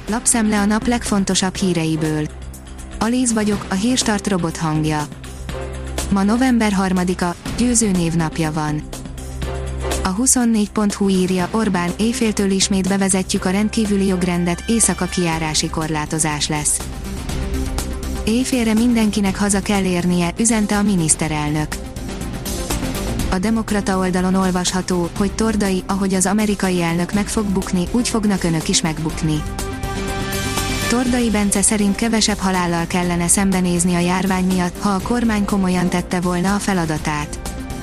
Lapszemle a nap legfontosabb híreiből. Alíz vagyok, a Hírstart robot hangja. Ma november 3-a, Győző névnapja van. A 24.hu írja, Orbán, éjféltől ismét bevezetjük a rendkívüli jogrendet, éjszaka kijárási korlátozás lesz. Éjfélre mindenkinek haza kell érnie, üzente a miniszterelnök. A Demokrata oldalon olvasható, hogy Tordai, ahogy az amerikai elnök meg fog bukni, úgy fognak önök is megbukni. Tordai Bence szerint kevesebb halállal kellene szembenézni a járvány miatt, ha a kormány komolyan tette volna a feladatát.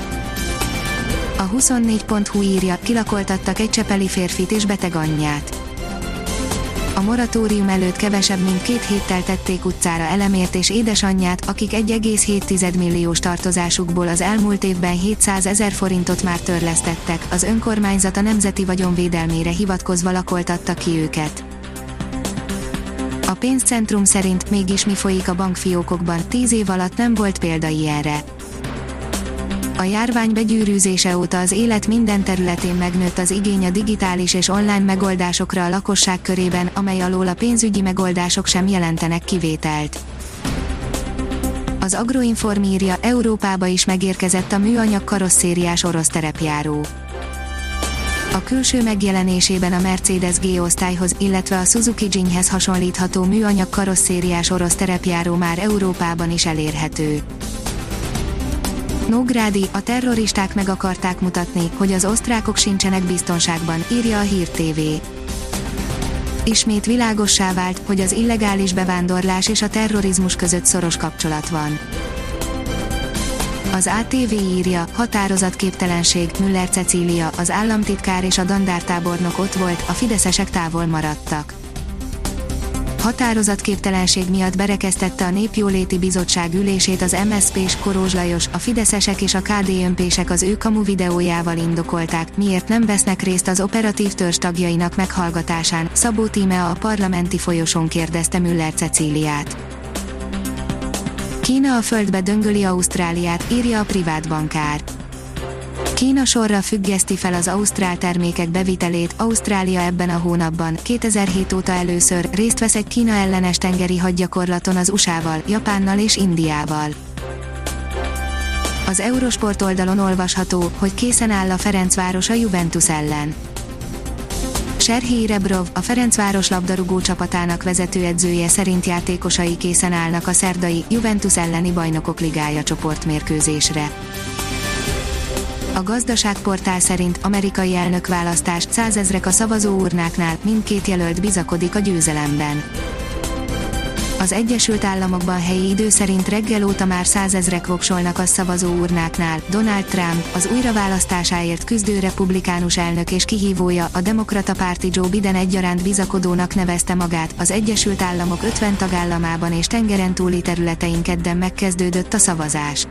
A 24.hu írja, kilakoltattak egy csepeli férfit és beteg anyját. A moratórium előtt kevesebb mint 2 héttel tették utcára Elemért és édesanyját, akik 1,7 milliós tartozásukból az elmúlt évben 700 000 forintot már törlesztettek, az önkormányzat a nemzeti vagyonvédelmére hivatkozva lakoltatta ki őket. A pénzcentrum szerint mégis mi folyik a bankfiókokban, 10 év alatt nem volt példa ilyenre. A járvány begyűrűzése óta az élet minden területén megnőtt az igény a digitális és online megoldásokra a lakosság körében, amely alól a pénzügyi megoldások sem jelentenek kivételt. Az Agroinform írja, Európába is megérkezett a műanyag karosszériás orosz terepjáró. A külső megjelenésében a Mercedes G-osztályhoz, illetve a Suzuki Jimnyhez hasonlítható műanyag karosszériás orosz terepjáró már Európában is elérhető. Nógrádi, a terroristák meg akarták mutatni, hogy az osztrákok sincsenek biztonságban, írja a Hír TV. Ismét világossá vált, hogy az illegális bevándorlás és a terrorizmus között szoros kapcsolat van. Az ATV írja, határozatképtelenség, Müller Cecília, az államtitkár és a dandártábornok ott volt, a fideszesek távol maradtak. Határozatképtelenség miatt berekeztette a Népjóléti Bizottság ülését az MSZP-s Korozs Lajos, a fideszesek és a KDNP-sek az ő kamu videójával indokolták, miért nem vesznek részt az operatív törzs tagjainak meghallgatásán. Szabó Tímea a parlamenti folyosón kérdezte Müller Cecíliát. Kína a földbe döngöli Ausztráliát, írja a privát bankár. Kína sorra függeszti fel az ausztrál termékek bevitelét, Ausztrália ebben a hónapban, 2007 óta először részt vesz egy Kína ellenes tengeri hadgyakorlaton az USA-val, Japánnal és Indiával. Az Eurosport oldalon olvasható, hogy készen áll a Ferencváros a Juventus ellen. Serhij Rebrov, a Ferencváros labdarúgó csapatának vezetőedzője szerint játékosai készen állnak a szerdai, Juventus elleni Bajnokok Ligája csoportmérkőzésre. A gazdaságportál szerint amerikai elnökválasztás, 100 000-ek a szavazóurnáknál, mindkét jelölt bizakodik a győzelemben. Az Egyesült Államokban helyi idő szerint reggel óta már 100 000-ek voksolnak a szavazóurnáknál. Donald Trump, az újraválasztásáért küzdő republikánus elnök és kihívója, a demokrata párti Joe Biden egyaránt bizakodónak nevezte magát. Az Egyesült Államok 50 tagállamában és tengeren túli területein kedden megkezdődött a szavazás.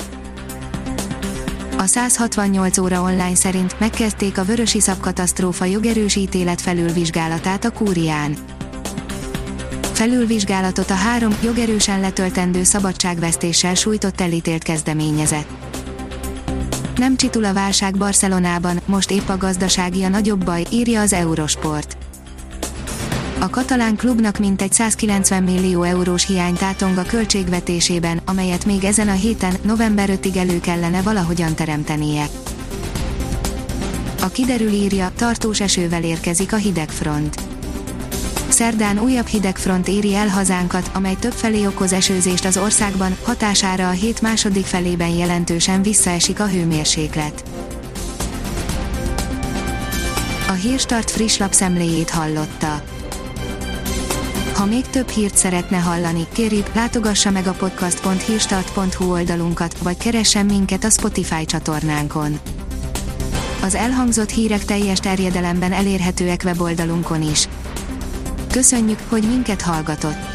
A 168 óra online szerint megkezdték a vörösiszap katasztrófa jogerős ítélet felülvizsgálatát a kúrián. Felülvizsgálatot a 3 jogerősen letöltendő szabadságvesztéssel sújtott elítélt kezdeményezett. Nem csitul a válság Barcelonában, most épp a gazdasági a nagyobb baj, írja az Eurosport. A katalán klubnak mintegy 190 millió eurós hiány tátong a költségvetésében, amelyet még ezen a héten, november 5-ig elő kellene valahogyan teremtenie. A Kiderül írja, tartós esővel érkezik a hidegfront. Szerdán újabb hidegfront éri el hazánkat, amely többfelé okoz esőzést az országban, hatására a hét második felében jelentősen visszaesik a hőmérséklet. A Hírstart friss lapszemléjét hallotta. Ha még több hírt szeretne hallani, kérjük, látogassa meg a podcast.hírstart.hu oldalunkat, vagy keressen minket a Spotify csatornánkon. Az elhangzott hírek teljes terjedelemben elérhetőek weboldalunkon is. Köszönjük, hogy minket hallgatott!